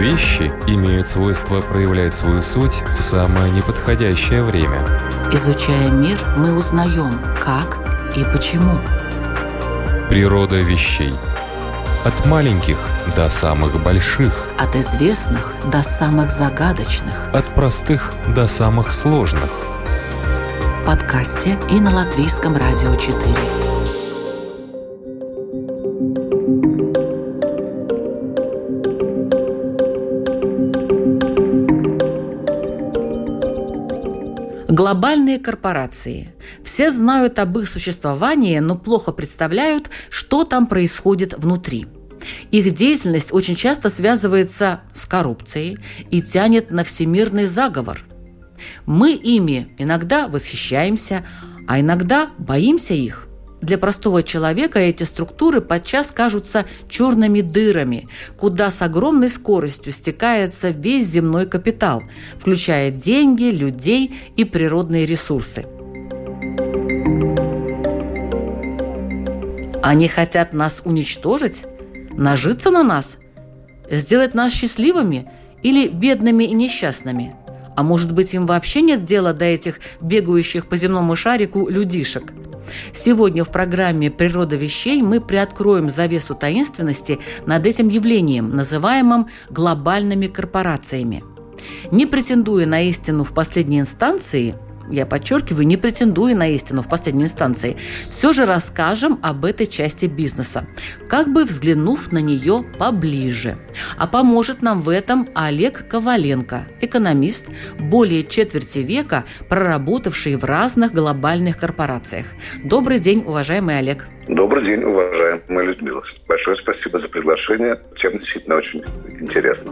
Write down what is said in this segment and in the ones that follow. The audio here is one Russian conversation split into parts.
Вещи имеют свойство проявлять свою суть в самое неподходящее время. Изучая мир, мы узнаем, как и почему. Природа вещей. От маленьких до самых больших. От известных до самых загадочных. От простых до самых сложных. В подкасте и на Латвийском радио 4. Глобальные корпорации. Все знают об их существовании, но плохо представляют, что там происходит внутри. Их деятельность очень часто связывается с коррупцией и тянет на всемирный заговор. Мы ими иногда восхищаемся, а иногда боимся их. Для простого человека эти структуры подчас кажутся черными дырами, куда с огромной скоростью стекается весь земной капитал, включая деньги, людей и природные ресурсы. Они хотят нас уничтожить, нажиться на нас, сделать нас счастливыми или бедными и несчастными. А может быть, им вообще нет дела до этих бегающих по земному шарику людишек? Сегодня в программе «Природа вещей» мы приоткроем завесу таинственности над этим явлением, называемым глобальными корпорациями. Не претендуя на истину в последней инстанции, я подчеркиваю, не претендуя на истину в последней инстанции, все же расскажем об этой части бизнеса, как бы взглянув на нее поближе. А поможет нам в этом Олег Коваленко, экономист, более четверти века проработавший в разных глобальных корпорациях. Добрый день, уважаемый Олег. Добрый день, уважаемая Людмила. Большое спасибо за приглашение. Тема действительно очень интересна.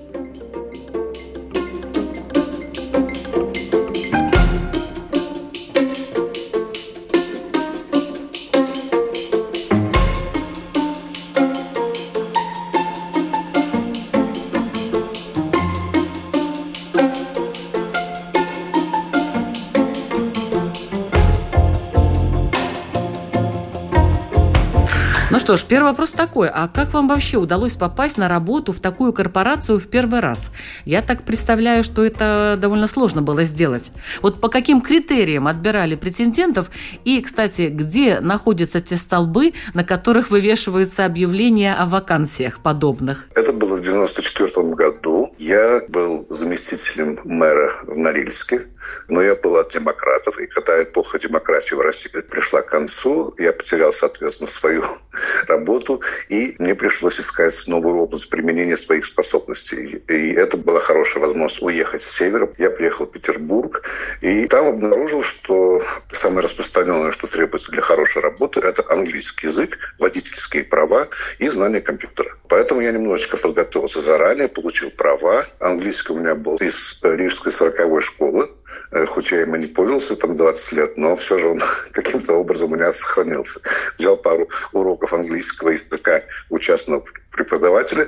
Ну что ж, первый вопрос такой. А как вам вообще удалось попасть на работу в такую корпорацию в первый раз? Я так представляю, что это довольно сложно было сделать. Вот по каким критериям отбирали претендентов? И, кстати, где находятся те столбы, на которых вывешиваются объявления о вакансиях подобных? Это было в 1994 году. Я был заместителем мэра в Норильске, но я был от демократов. И когда эпоха демократии в России пришла к концу, я потерял, соответственно, свою работу, и мне пришлось искать новую область применения своих способностей. И это была хорошая возможность уехать с севера. Я приехал в Петербург, и там обнаружил, что самое распространенное, что требуется для хорошей работы, это английский язык, водительские права и знание компьютера. Поэтому я немножечко подготовился заранее, получил права. Английский у меня был из Рижской 40-й школы. Хоть я им и не пользовался там 20 лет, но все же он каким-то образом у меня сохранился. Взял пару уроков английского языка у частного преподавателя,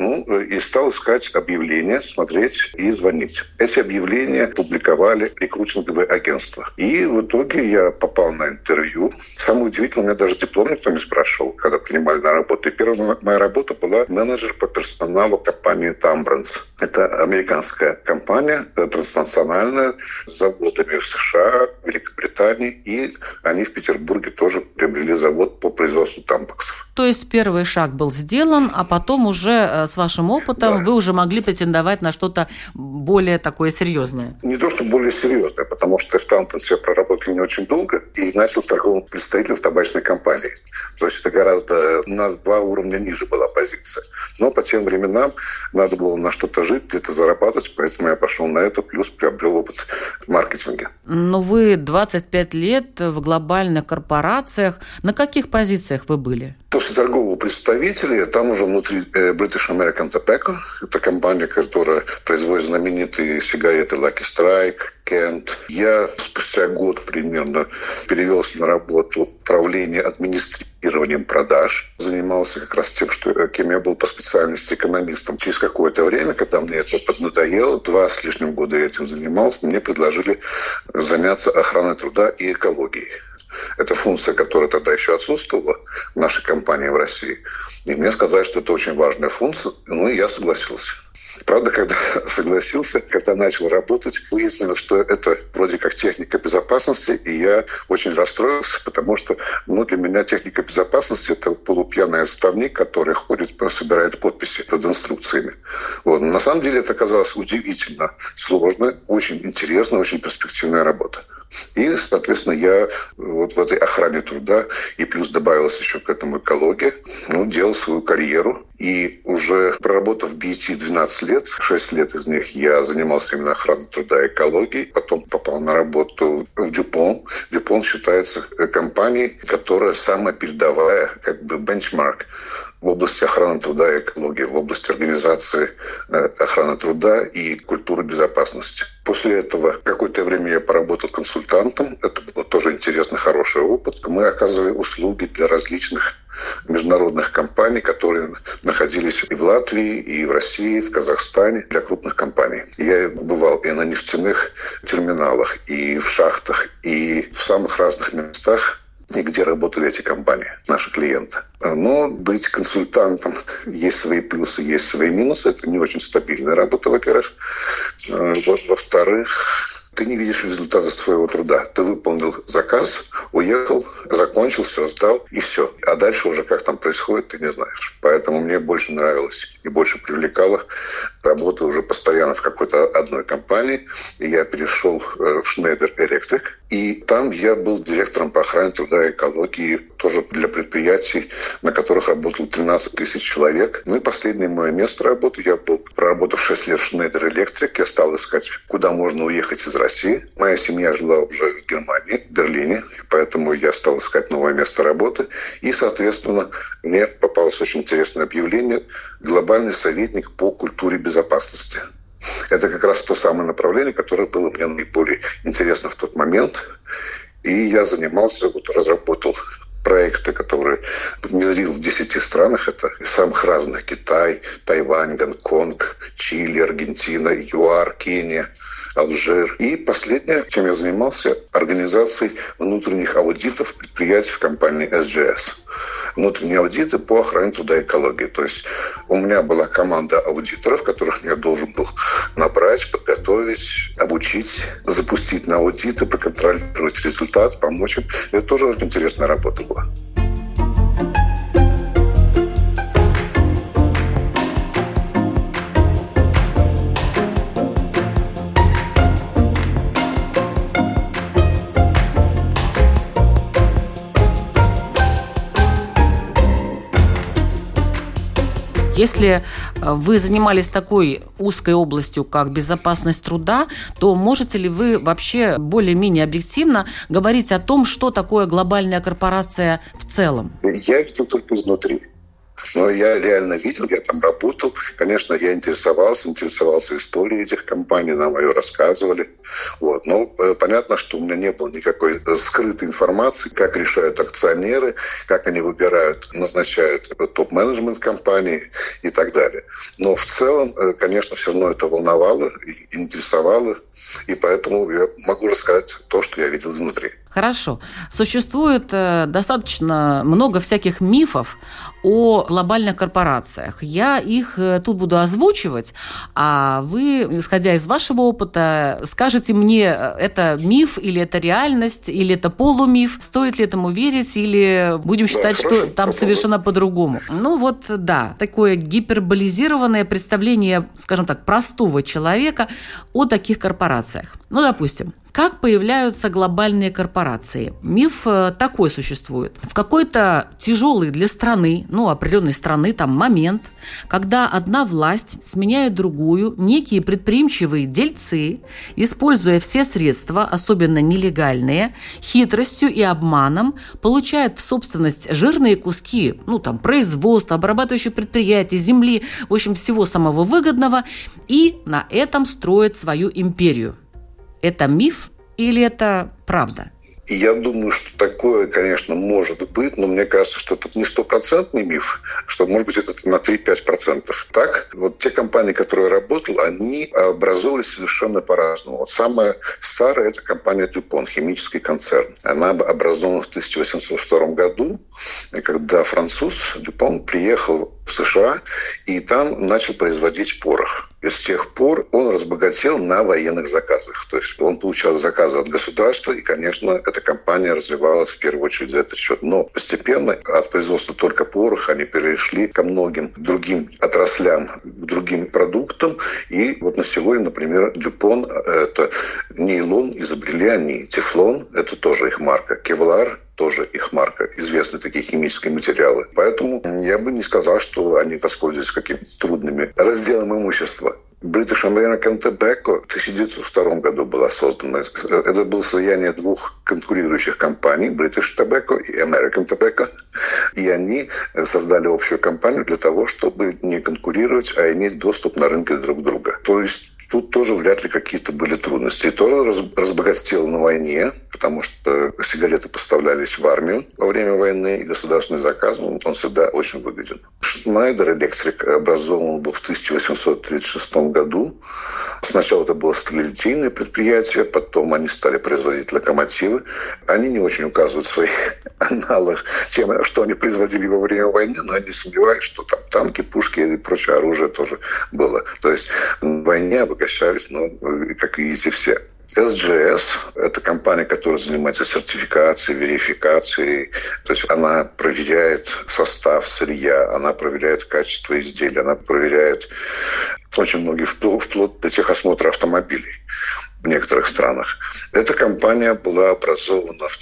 и стал искать объявления, смотреть и звонить. Эти объявления публиковали рекрутинговые агентства. И в итоге я попал на интервью. Самое удивительное, у меня даже диплом никто не спрашивал, когда принимали на работу. И первая моя работа была менеджер по персоналу компании Тамбранс. Это американская компания, транснациональная, с заводами в США, Великобритании. И они в Петербурге тоже приобрели завод по производству тампаксов. То есть первый шаг был сделан, а потом уже с вашим опытом вы уже могли претендовать на что-то более такое серьезное. Не то, что более серьезное, потому что в Тампаксе я проработал не очень долго и начал торговым представителем в табачной компании. То есть это гораздо, у нас 2 уровня ниже была позиция. Но по тем временам надо было на что-то жить, где-то зарабатывать, поэтому я пошел на это, плюс приобрел опыт в маркетинге. Но вы 25 лет в глобальных корпорациях. На каких позициях вы были? После торгового представителя, там уже внутри British American Tobacco, это компания, которая производит знаменитые сигареты Lucky Strike, Kent. Я спустя год примерно перевелся на работу в управление администрированием продаж. Занимался как раз тем, кем я был по специальности экономистом. Через какое-то время, когда мне это поднадоело, 2 с лишним года я этим занимался, мне предложили заняться охраной труда и экологией. Это функция, которая тогда еще отсутствовала в нашей компании в России. И мне сказали, что это очень важная функция, и я согласился. Правда, когда согласился, когда начал работать, выяснилось, что это вроде как техника безопасности, и я очень расстроился, потому что для меня техника безопасности – это полупьяный отставник, который ходит, собирает подписи под инструкциями. На самом деле это оказалось удивительно сложно, очень интересно, очень перспективная работа. И, соответственно, я в этой охране труда, и плюс добавилась еще к этому экология, делал свою карьеру. И уже проработав в BAT 12 лет, 6 лет из них я занимался именно охраной труда и экологией. Потом попал на работу в DuPont. DuPont считается компанией, которая самая передовая, бенчмарк в области охраны труда и экологии, в области организации охраны труда и культуры безопасности. После этого какое-то время я поработал консультантом. Это был тоже интересный, хороший опыт. Мы оказывали услуги для различных международных компаний, которые находились и в Латвии, и в России, в Казахстане, для крупных компаний. Я бывал и на нефтяных терминалах, и в шахтах, и в самых разных местах, и где работали эти компании, наши клиенты. Но быть консультантом, есть свои плюсы, есть свои минусы. Это не очень стабильная работа, во-первых. Во-вторых, ты не видишь результата своего труда. Ты выполнил заказ, уехал, закончил, все сдал, и все. А дальше уже как там происходит, ты не знаешь. Поэтому мне больше нравилось и больше привлекало работа уже постоянно в какой-то одной компании. И я перешел в Schneider Electric. И там я был директором по охране труда и экологии, тоже для предприятий, на которых работало 13 тысяч человек. И последнее мое место работы, я был, проработав 6 лет в Schneider Electric, я стал искать, куда можно уехать из России. Моя семья жила уже в Германии, в Берлине, поэтому я стал искать новое место работы. И, соответственно, мне попалось очень интересное объявление «Глобальный советник по культуре безопасности». Это как раз то самое направление, которое было мне наиболее интересно в тот момент. И я занимался, разработал проекты, которые внедрил в 10 странах. Это из самых разных: Китай, Тайвань, Гонконг, Чили, Аргентина, ЮАР, Кения, Алжир. И последнее, чем я занимался, организацией внутренних аудитов предприятий в компании SGS. Внутренние аудиты по охране труда и экологии. То есть у меня была команда аудиторов, которых я должен был набрать, подготовить, обучить, запустить на аудиты, проконтролировать результат, помочь им. Это тоже очень интересная работа была. Если вы занимались такой узкой областью, как безопасность труда, то можете ли вы вообще более-менее объективно говорить о том, что такое глобальная корпорация в целом? Я видел только изнутри. Но я реально видел, я там работал. Конечно, я интересовался историей этих компаний, нам ее рассказывали. Но понятно, что у меня не было никакой скрытой информации, как решают акционеры, как они выбирают, назначают топ-менеджмент компании и так далее. Но в целом, конечно, все равно это волновало, интересовало. И поэтому я могу рассказать то, что я видел изнутри. Хорошо. Существует достаточно много всяких мифов о глобальных корпорациях. Я их тут буду озвучивать, а вы, исходя из вашего опыта, скажете мне, это миф или это реальность, или это полумиф, стоит ли этому верить, или будем считать, что там совершенно по-другому. Такое гиперболизированное представление, скажем так, простого человека о таких корпорациях. Допустим, как появляются глобальные корпорации? Миф такой существует. В какой-то тяжелый для страны, определенной страны, момент, когда одна власть сменяет другую, некие предприимчивые дельцы, используя все средства, особенно нелегальные, хитростью и обманом, получают в собственность жирные куски, производства, обрабатывающих предприятий, земли, в общем, всего самого выгодного, и на этом строят свою империю. Это миф или это правда? Я думаю, что такое, конечно, может быть, но мне кажется, что это не 100% миф, что, может быть, это на 3-5%. Так, те компании, которые я работал, они образовывались совершенно по-разному. Самая старая – это компания DuPont, химический концерн. Она образована в 1802 году, когда француз DuPont приехал в США и там начал производить порох. И с тех пор он разбогател на военных заказах. То есть он получал заказы от государства, и, конечно, эта компания развивалась в первую очередь за этот счет. Но постепенно от производства только пороха они перешли ко многим другим отраслям, к другим продуктам. И вот на сегодня, например, Дюпон – это нейлон, изобрели они. Тефлон – это тоже их марка. Кевлар – тоже их марка. Известны такие химические материалы. Поэтому я бы не сказал, что они воспользовались какими-то трудными разделом имущества. British American Tobacco в 1902 году была создана. Это было слияние двух конкурирующих компаний, British Tobacco и American Tobacco. И они создали общую компанию для того, чтобы не конкурировать, а иметь доступ на рынке друг друга. То есть тут тоже вряд ли какие-то были трудности. И тоже разбогател на войне, потому что сигареты поставлялись в армию во время войны, и государственный заказ, он всегда очень выгоден. Schneider Electric образован был в 1836 году. Сначала это было сталелитейное предприятие, потом они стали производить локомотивы. Они не очень указывают в своих аналогах тем, что они производили во время войны, но они сомневаются, что там танки, пушки и прочее оружие тоже было. То есть в войне обогащались, как видите, все. SGS – это компания, которая занимается сертификацией, верификацией. То есть она проверяет состав сырья, она проверяет качество изделия, она проверяет очень многие, вплоть до техосмотра автомобилей в некоторых странах. Эта компания была образована в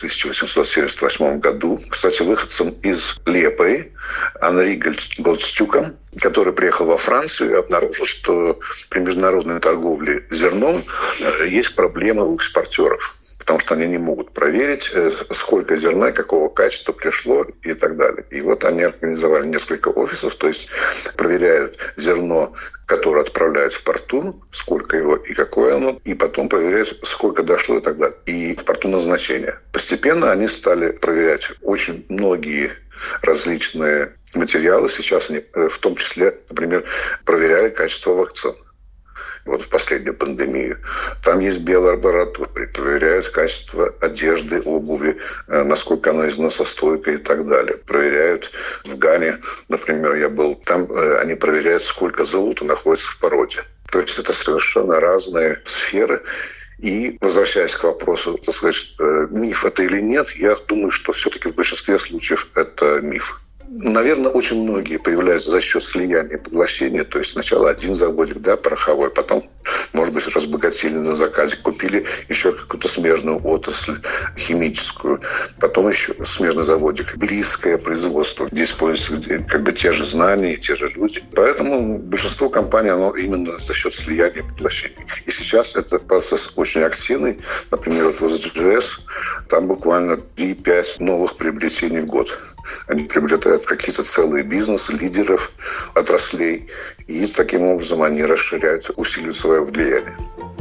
1878 году, кстати, выходцем из Лепой, Анри Голдстюком, который приехал во Францию и обнаружил, что при международной торговле зерном есть проблемы у экспортеров, потому что они не могут проверить, сколько зерна, какого качества пришло и так далее. И вот они организовали несколько офисов, то есть проверяют зерно, которое отправляют в порту, сколько его и какое оно, и потом проверяют, сколько дошло и так далее. И в порту назначения. Постепенно они стали проверять очень многие различные материалы. Сейчас они, в том числе, например, проверяли качество вакцин. Вот в последнюю пандемию. Там есть биолаборатории, проверяют качество одежды, обуви, насколько она износостойкая и так далее. Проверяют в Гане, например, я был, там они проверяют, сколько золота находится в породе. То есть это совершенно разные сферы. И, возвращаясь к вопросу, так сказать, миф это или нет, я думаю, что все-таки в большинстве случаев это миф. Наверное, очень многие появляются за счет слияния и поглощения. То есть сначала один заводик, пороховой, потом, может быть, разбогатели на заказе, купили еще какую-то смежную отрасль химическую, потом еще смежный заводик, близкое производство, где используются те же знания и те же люди. Поэтому большинство компаний, оно именно за счет слияния и поглощения. И сейчас этот процесс очень активный. Например, вот в SGS там буквально 3-5 новых приобретений в год. Они приобретают какие-то целые бизнесы, лидеров отраслей, и таким образом они расширяют, усиливают свое влияние.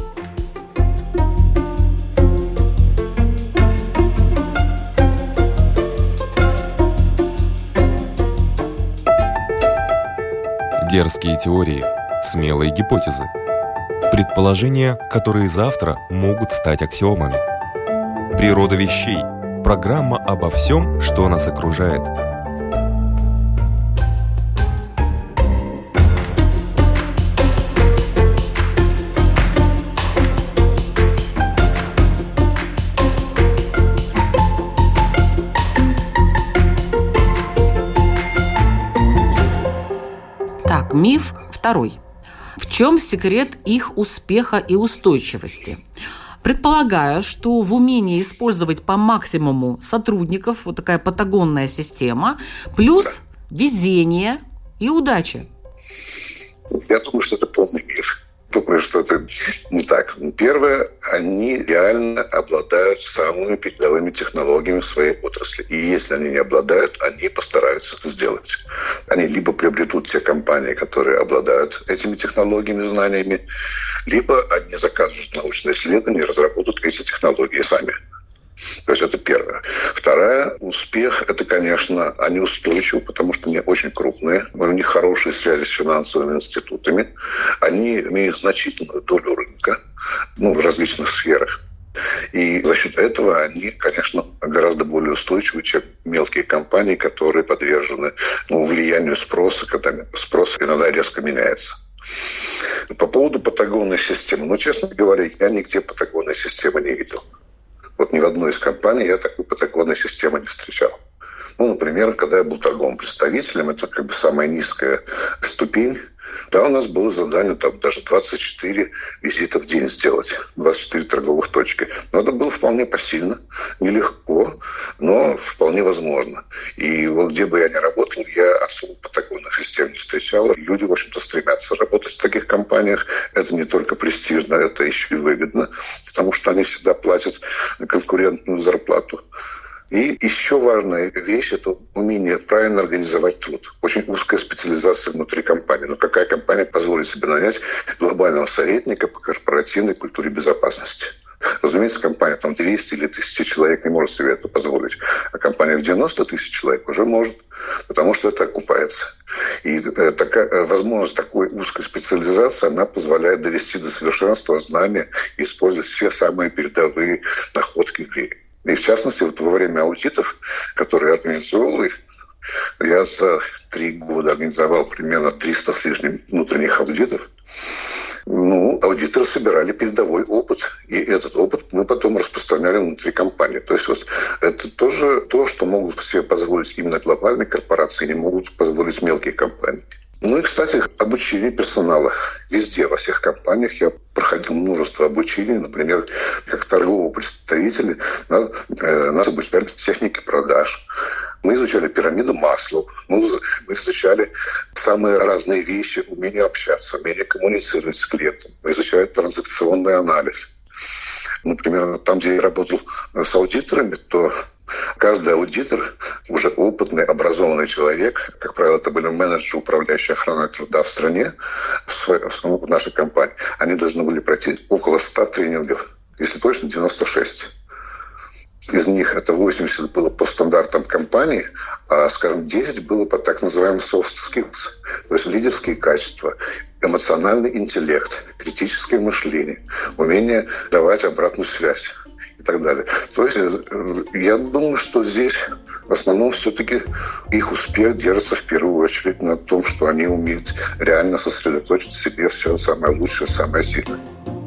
Дерзкие теории, смелые гипотезы. Предположения, которые завтра могут стать аксиомами. Природа вещей. Программа обо всем, что нас окружает. Так, миф второй. В чем секрет их успеха и устойчивости? Предполагаю, что в умении использовать по максимуму сотрудников, вот такая патагонная система, плюс везение и удача. Я думаю, что это полный миф. Думаю, что это не так. Первое, они реально обладают самыми передовыми технологиями в своей отрасли. И если они не обладают, они постараются это сделать. Они либо приобретут те компании, которые обладают этими технологиями, знаниями, либо они закажут научные исследования и разработают эти технологии сами. То есть это первое. Второе, успех, это, конечно, они устойчивы, потому что они очень крупные, у них хорошие связи с финансовыми институтами, они имеют значительную долю рынка, в различных сферах. И за счет этого они, конечно, гораздо более устойчивы, чем мелкие компании, которые подвержены влиянию спроса, когда спрос иногда резко меняется. По поводу патагонной системы. Честно говоря, я нигде патагонной системы не видел. Вот ни в одной из компаний я такой патагонной системы не встречал. Например, когда я был торговым представителем, это самая низкая ступень. Да, у нас было задание даже 24 визита в день сделать, 24 торговых точки. Но это было вполне посильно, нелегко, но вполне возможно. И где бы я ни работал, я особо патагонных систем не встречал. Люди, в общем-то, стремятся работать в таких компаниях. Это не только престижно, это еще и выгодно, потому что они всегда платят конкурентную зарплату. И еще важная вещь – это умение правильно организовать труд. Очень узкая специализация внутри компании. Какая компания позволит себе нанять глобального советника по корпоративной культуре безопасности? Разумеется, компания 200 или 1000 человек не может себе это позволить. А компания в 90 тысяч человек уже может, потому что это окупается. И возможность такой узкой специализации, она позволяет довести до совершенства знания и использовать все самые передовые находки в мире. И в частности, во время аудитов, которые я организовал, я за 3 года организовал примерно 300 с лишним внутренних аудитов. Аудиторы собирали передовой опыт, и этот опыт мы потом распространяли внутри компании. То есть это тоже то, что могут себе позволить именно глобальные корпорации, не могут позволить мелкие компании. И, кстати, обучение персонала. Везде, во всех компаниях я проходил множество обучений. Например, как торгового представителя нас обучали технике продаж. Мы изучали пирамиду Маслоу. Мы изучали самые разные вещи, умение общаться, умение коммуницировать с клиентом. Мы изучали транзакционный анализ. Например, там, где я работал с аудиторами, то каждый аудитор, уже опытный, образованный человек, как правило, это были менеджеры, управляющие охраной труда в стране, в нашей компании, они должны были пройти около 100 тренингов, если точно 96. Из них это 80 было по стандартам компании, а, 10 было по так называемым soft skills, то есть лидерские качества, эмоциональный интеллект, критическое мышление, умение давать обратную связь и так далее. То есть я думаю, что здесь в основном все-таки их успех держится в первую очередь на том, что они умеют реально сосредоточить в себе все самое лучшее, самое сильное.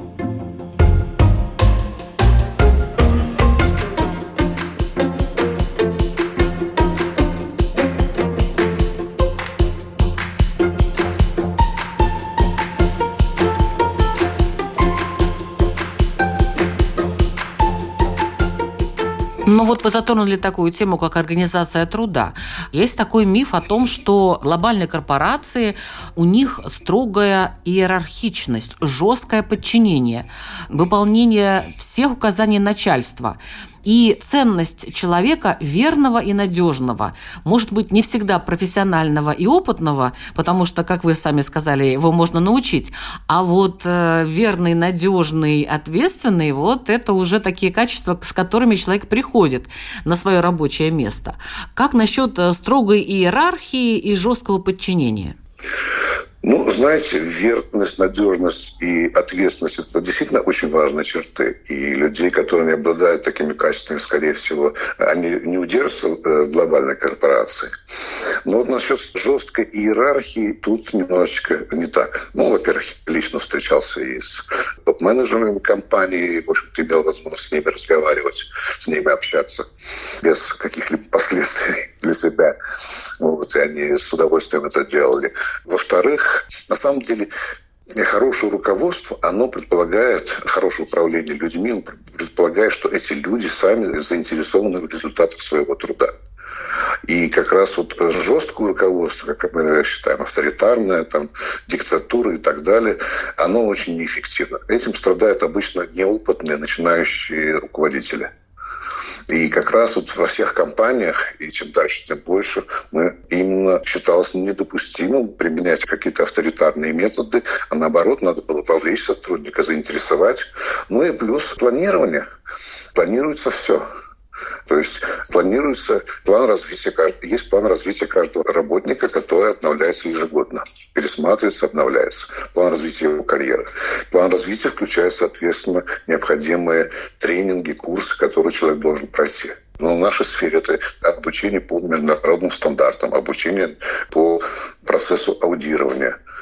Вы затронули такую тему, как организация труда. Есть такой миф о том, что глобальные корпорации, у них строгая иерархичность, жесткое подчинение, выполнение всех указаний начальства. И ценность человека верного и надежного, может быть, не всегда профессионального и опытного, потому что, как вы сами сказали, его можно научить, а верный, надежный, ответственный, это уже такие качества, с которыми человек приходит на свое рабочее место. Как насчет строгой иерархии и жесткого подчинения? Знаете, верность, надежность и ответственность – это действительно очень важные черты. И людей, которые не обладают такими качествами, скорее всего, они не удержатся в глобальной корпорации. Но насчет жесткой иерархии тут немножечко не так. Во-первых, лично встречался и с топ-менеджерами компании, в общем-то, имел возможность с ними разговаривать, с ними общаться без каких-либо последствий для себя. И они с удовольствием это делали. Во-вторых, на самом деле, хорошее руководство, оно предполагает, хорошее управление людьми, предполагает, что эти люди сами заинтересованы в результатах своего труда. И как раз жесткое руководство, как мы считаем, авторитарное, диктатура и так далее, оно очень неэффективно. Этим страдают обычно неопытные начинающие руководители. И как раз во всех компаниях, и чем дальше, тем больше, именно считалось недопустимым применять какие-то авторитарные методы, а наоборот, надо было вовлечь сотрудника, заинтересовать. И плюс планирование. Планируется все. То есть планируется план развития есть план развития каждого работника, который обновляется ежегодно. Пересматривается, обновляется. План развития его карьеры. План развития включает, соответственно, необходимые тренинги, курсы, которые человек должен пройти. Но в нашей сфере это обучение по международным стандартам, обучение по процессу аудирования.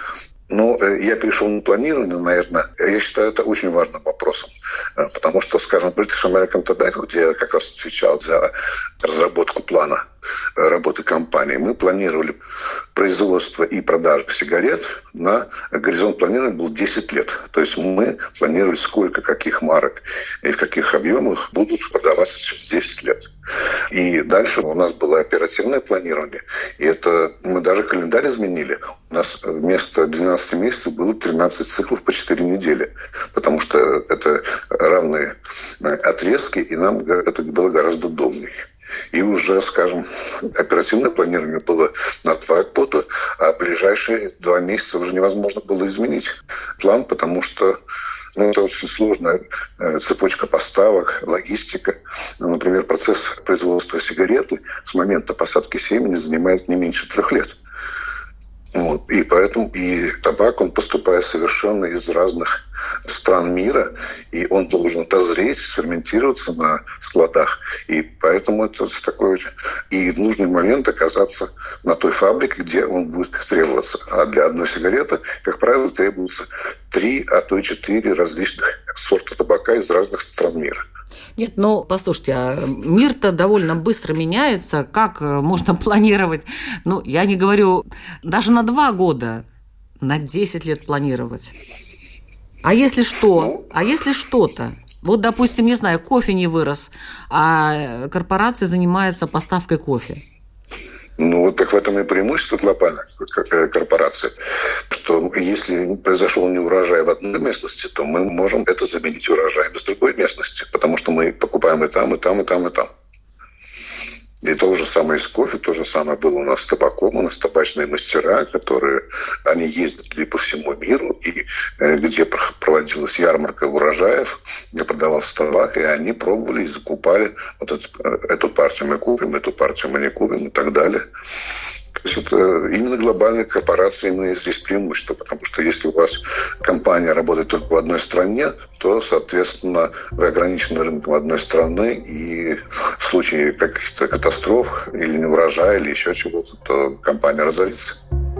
Я перешел на планирование, наверное. Я считаю, это очень важным вопросом. Потому что, скажем, British American Tobacco, где я как раз отвечал за разработку плана работы компании, мы планировали производство и продажу сигарет на горизонт планирования был 10 лет. То есть мы планировали, сколько, каких марок и в каких объемах будут продаваться через 10 лет. И дальше у нас было оперативное планирование. И это мы даже календарь изменили. У нас вместо 12 месяцев было 13 циклов по 4 недели. Потому что это равные отрезки, и нам это было гораздо удобнее. И уже, скажем, оперативное планирование было на 2 года, а ближайшие 2 месяца уже невозможно было изменить план, потому что это очень сложная цепочка поставок, логистика. Например, процесс производства сигареты с момента посадки семени занимает не меньше 3 лет. И поэтому и табак, он поступает совершенно из разных стран мира, и он должен дозреть, сферментироваться на складах. И поэтому это такой... И в нужный момент оказаться на той фабрике, где он будет требоваться. А для одной сигареты, как правило, требуется 3, а то и 4 различных сорта табака из разных стран мира. Нет, послушайте, мир-то довольно быстро меняется. Как можно планировать? Я не говорю даже на 2 года, на 10 лет планировать. А если что? А если что-то? Вот, допустим, не знаю, кофе не вырос, а корпорация занимается поставкой кофе. Так в этом и преимущество глобальной корпорации, что если произошел неурожай в одной местности, то мы можем это заменить урожаем из другой местности, потому что мы покупаем и там, и там, и там, и там. И то же самое с кофе, то же самое было у нас с табаком. У нас табачные мастера, они ездили по всему миру, и где проводилась ярмарка урожаев, где продавался табак, и они пробовали и закупали эту партию мы купим, эту партию мы не купим и так далее. То есть именно глобальные корпорации имеют здесь преимущество, потому что если у вас компания работает только в одной стране, то, соответственно, вы ограничены рынком одной страны, и в случае каких-то катастроф или неурожая, или еще чего-то, то компания разорится.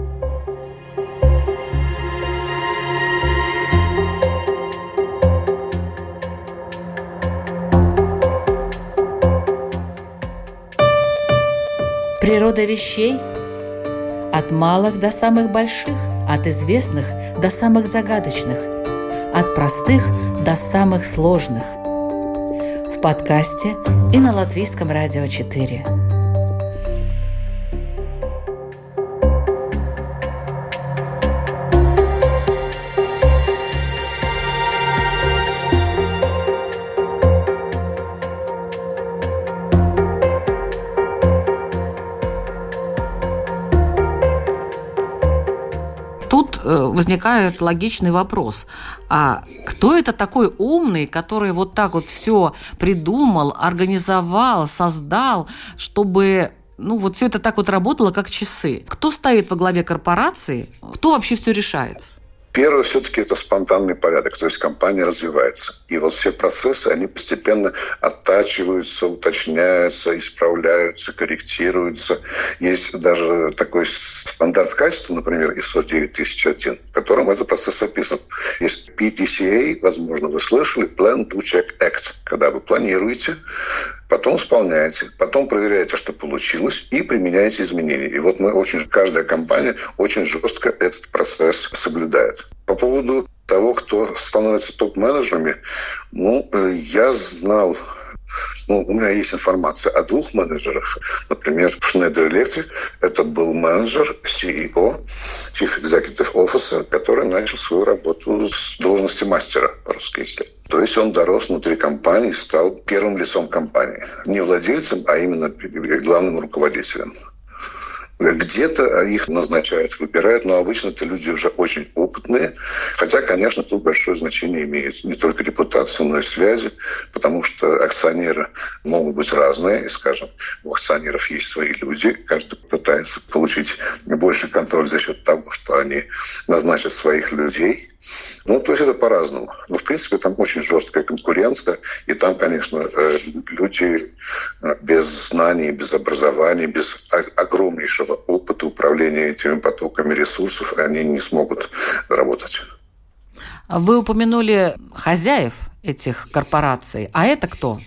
Природа вещей – от малых до самых больших, от известных до самых загадочных, от простых до самых сложных. В подкасте и на Латвийском радио 4. Возникает логичный вопрос. А кто это такой умный, который вот так вот все придумал, организовал, создал, чтобы все это так вот работало, как часы? Кто стоит во главе корпорации? Кто вообще все решает? Первое, все-таки это спонтанный порядок, то есть компания развивается. И все процессы, они постепенно оттачиваются, уточняются, исправляются, корректируются. Есть даже такой стандарт качества, например, ISO 9001, в котором этот процесс описан. Есть PDCA, возможно, вы слышали, Plan, Do, Check, Act, когда вы планируете, потом исполняете, потом проверяете, что получилось, и применяете изменения. И каждая компания очень жестко этот процесс соблюдает. По поводу того, кто становится топ-менеджерами, я знал, у меня есть информация о 2 менеджерах. Например, в Schneider Electric это был менеджер, CEO, Chief Executive Officer, который начал свою работу с должности мастера, по-русски если. То есть он дорос внутри компании, стал первым лицом компании. Не владельцем, а именно главным руководителем. Где-то их назначают, выбирают, но обычно это люди уже очень опытные. Хотя, конечно, тут большое значение имеет не только репутация, но и связи, потому что акционеры могут быть разные. И, скажем, у акционеров есть свои люди. Каждый пытается получить больший контроль за счет того, что они назначат своих людей. Ну, то есть это по-разному. Но, в принципе, там очень жесткая конкуренция, и там, конечно, люди без знаний, без образования, без огромнейшего опыта управления этими потоками ресурсов, они не смогут работать. Вы упомянули хозяев этих корпораций. А это кто?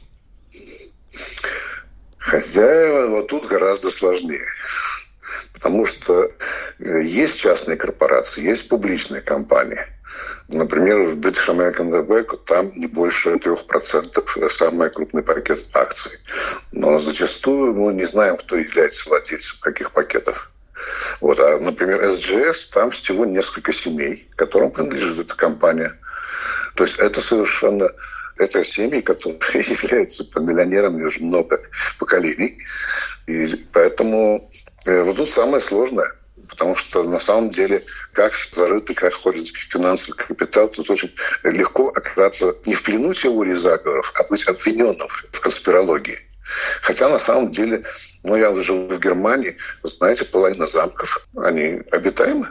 Хозяева вот тут гораздо сложнее. Потому что есть частные корпорации, есть публичные компании. Например, в British American Tobacco там не больше 3% самый крупный пакет акций. Но зачастую мы не знаем, кто является владельцем каких пакетов. Вот. А, например, SGS, там всего несколько семей, которым принадлежит эта компания. То есть это совершенно... Это семьи, которые являются миллионерами уже много поколений. И поэтому вот тут самое сложное. Потому что на самом деле, как зарытый, как ходит финансовый капитал, тут очень легко оказаться не в плену теории заговоров, а быть обвиненным в конспирологии. Хотя на самом деле, я живу в Германии, знаете, половина замков, они обитаемы.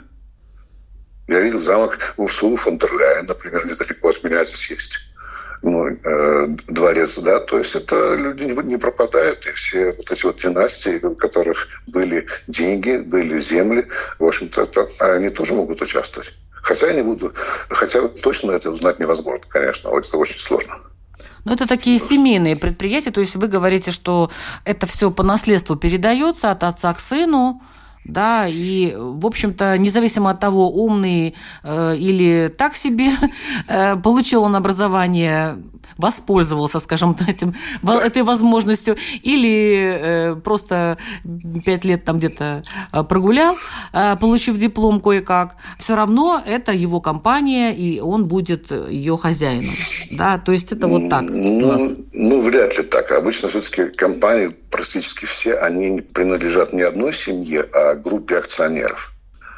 Я видел замок Урсулы фон дер Ляйен, например, недалеко от меня здесь есть. Дворец, да, то есть это люди не пропадают, и все вот эти вот династии, у которых были деньги, были земли, в общем-то, они тоже могут участвовать. Хотя точно это узнать невозможно, конечно, это очень сложно. Но это такие семейные предприятия, то есть вы говорите, что это все по наследству передается от отца к сыну, да, и, в общем-то, независимо от того, умный или так себе, получил он образование, воспользовался, скажем, этой возможностью, или просто 5 лет там где-то прогулял, получив диплом кое-как, все равно это его компания, и он будет ее хозяином, да, то есть это вот так у нас. Вряд ли так. Обычно все-таки компании, практически все, они принадлежат не одной семье, а группе акционеров.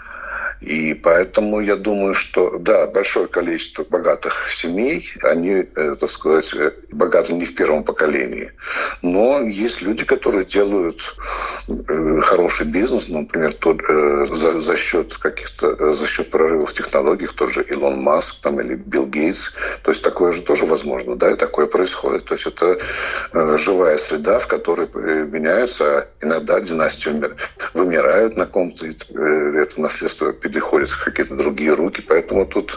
И поэтому я думаю, что, да, большое количество богатых семей, они, так сказать, богаты не в первом поколении. Но есть люди, которые делают хороший бизнес, например, за счет прорывов в технологиях, тот же Илон Маск там, или Билл Гейтс. То есть такое же тоже возможно, да, и такое происходит. То есть это живая среда, в которой меняются, иногда династии вымирают на ком-то, это наследство переходят в какие-то другие руки, поэтому тут,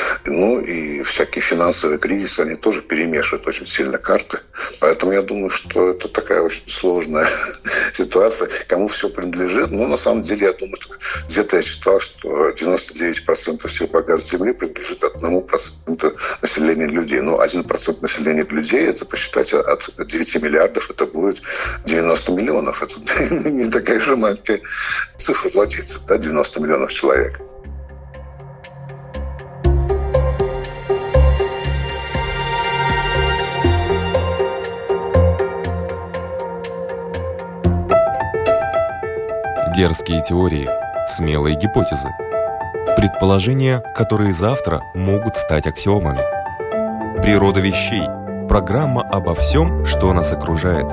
и всякие финансовые кризисы, они тоже перемешивают очень сильно карты, поэтому я думаю, что это такая очень сложная ситуация, кому все принадлежит, но на самом деле я думаю, что где-то я читал, что 99% всех богатств Земли принадлежит 1% населения людей, 1% населения людей, это посчитать от 9 миллиардов, это будет 90 миллионов, это не такая же маленькая цифра владельцев, да, 90 миллионов человек. Дерзкие теории, смелые гипотезы. Предположения, которые завтра могут стать аксиомами. Природа вещей. Программа обо всем, что нас окружает.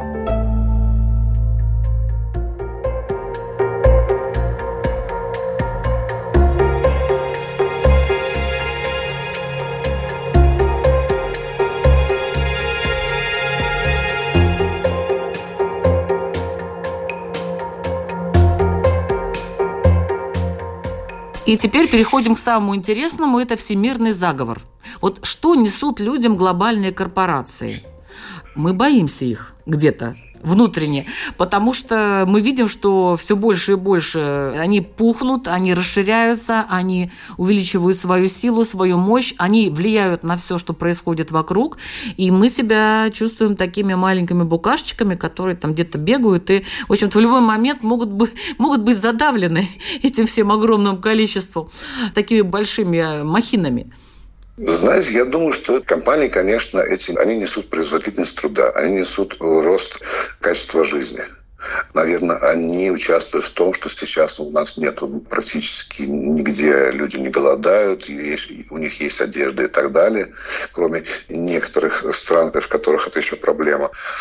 И теперь переходим к самому интересному – это всемирный заговор. Вот что несут людям глобальные корпорации? Мы боимся их где-то внутренне, потому что мы видим, что все больше и больше они пухнут, они расширяются, они увеличивают свою силу, свою мощь, они влияют на все, что происходит вокруг, и мы себя чувствуем такими маленькими букашечками, которые там где-то бегают и, в общем-то, в любой момент могут быть задавлены этим всем огромным количеством, такими большими махинами. Знаете, я думаю, что компании, конечно, они несут производительность труда, они несут рост качества жизни. Наверное, они участвуют в том, что сейчас у нас нет практически нигде, люди не голодают, у них есть одежда и так далее, кроме некоторых стран, в которых это еще проблема.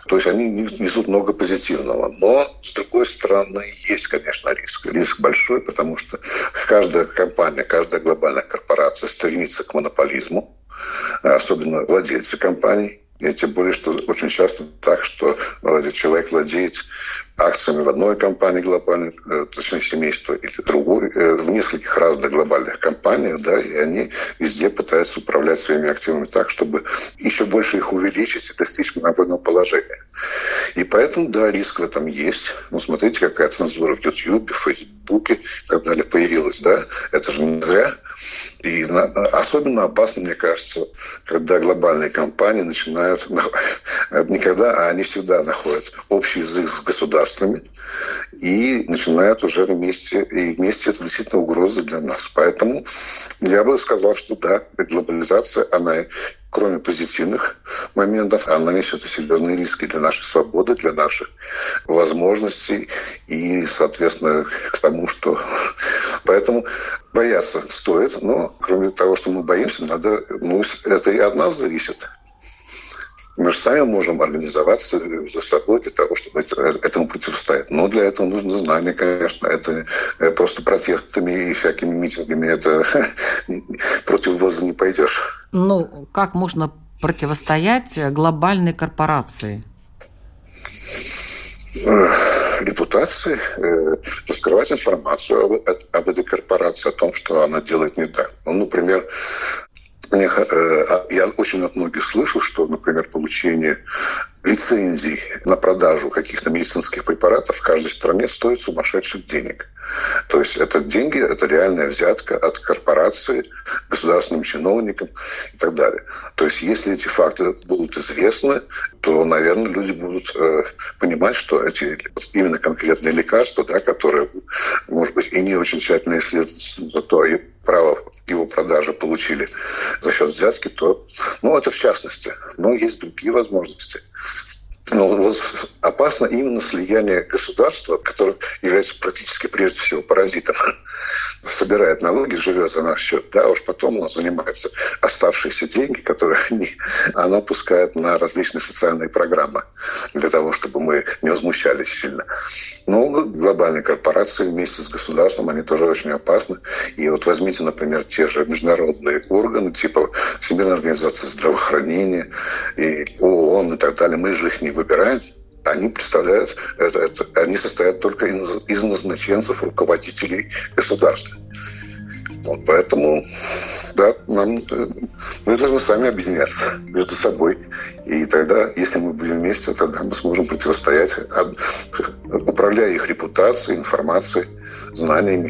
То есть они несут много позитивного. Но, с другой стороны, есть, конечно, риск. Риск большой, потому что каждая компания, каждая глобальная корпорация стремится к монополизму, особенно владельцы компаний. И тем более, что очень часто так, что человек владеет акциями в одной компании глобальной, точнее, семейства, или другой, в нескольких разных глобальных компаниях, да, и они везде пытаются управлять своими активами так, чтобы еще больше их увеличить и достичь монопольного положения. И поэтому, да, риск в этом есть. Ну, смотрите, какая цензура в YouTube, в Фейсбуке и так далее появилась, да, это же не зря. И особенно опасно, мне кажется, когда глобальные компании начинают, не когда, а они всегда находят общий язык с государствами и начинают уже вместе, и вместе это действительно угроза для нас. Поэтому я бы сказал, что да, глобализация, она, кроме позитивных моментов, она несет и серьезные риски для нашей свободы, для наших возможностей и, соответственно, к тому, что... Поэтому бояться стоит, но кроме того, что мы боимся, надо... Ну, это и от нас зависит. Мы же сами можем организоваться за собой для того, чтобы этому противостоять. Но для этого нужно знание, конечно. Это просто протестами и всякими митингами это против ВОЗа не пойдешь. Ну, как можно противостоять глобальной корпорации? Репутации, раскрывать информацию об этой корпорации, о том, что она делает не так. Ну, например, я очень от многих слышу, что, например, получение лицензий на продажу каких-то медицинских препаратов в каждой стране стоит сумасшедших денег. То есть это деньги, это реальная взятка от корпорации, государственным чиновникам и так далее. То есть если эти факты будут известны, то, наверное, люди будут понимать, что эти именно конкретные лекарства, да, которые, может быть, и не очень тщательно исследуются, зато и право его продажи получили за счет взятки, то, ну, это в частности. Но есть другие возможности. Но вот опасно именно слияние государства, которое является практически прежде всего паразитом, собирает налоги, живет за наш счет, да, уж потом он занимается оставшиеся деньги, которые она пускает на различные социальные программы для того, чтобы мы не возмущались сильно. Но глобальные корпорации вместе с государством, они тоже очень опасны. И вот возьмите, например, те же международные органы, типа Всемирной организации здравоохранения, и ООН и так далее, мы же их не выбираем. Они представляют, они состоят только из назначенцев, руководителей государства. Вот поэтому, да, мы должны сами объединяться между собой. И тогда, если мы будем вместе, тогда мы сможем противостоять, управляя их репутацией, информацией, знаниями.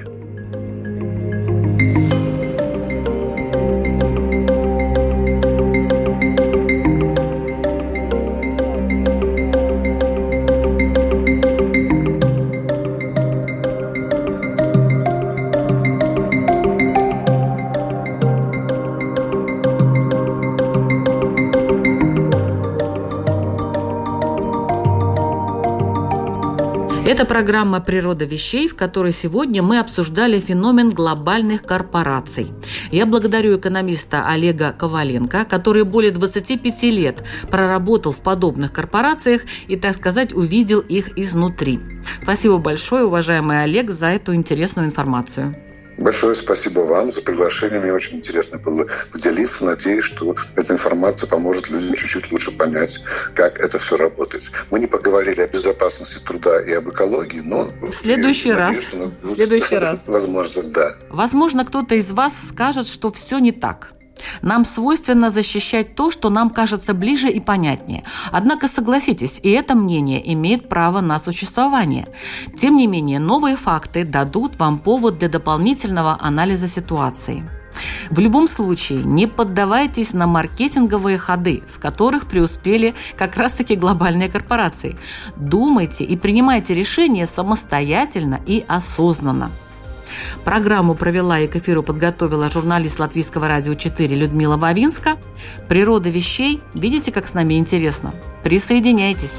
Это программа «Природа вещей», в которой сегодня мы обсуждали феномен глобальных корпораций. Я благодарю экономиста Олега Коваленко, который более 25 лет проработал в подобных корпорациях и, так сказать, увидел их изнутри. Спасибо большое, уважаемый Олег, за эту интересную информацию. Большое спасибо вам за приглашение. Мне очень интересно было поделиться. Надеюсь, что эта информация поможет людям чуть-чуть лучше понять, как это все работает. Мы не поговорили о безопасности труда и об экологии, но... В следующий раз. Возможно, да. Возможно, кто-то из вас скажет, что все не так. Нам свойственно защищать то, что нам кажется ближе и понятнее. Однако, согласитесь, и это мнение имеет право на существование. Тем не менее, новые факты дадут вам повод для дополнительного анализа ситуации. В любом случае, не поддавайтесь на маркетинговые ходы, в которых преуспели как раз-таки глобальные корпорации. Думайте и принимайте решения самостоятельно и осознанно. Программу провела и к эфиру подготовила журналист Латвийского радио 4 Людмила Вавинска. «Природа вещей». Видите, как с нами интересно? Присоединяйтесь.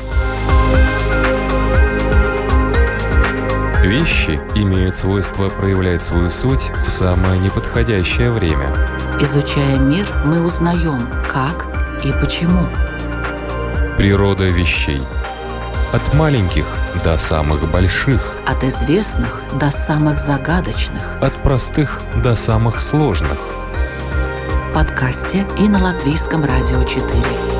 Вещи имеют свойство проявлять свою суть в самое неподходящее время. Изучая мир, мы узнаем, как и почему. Природа вещей. От маленьких до самых больших. От известных до самых загадочных. От простых до самых сложных. В подкасте и на Латвийском радио 4.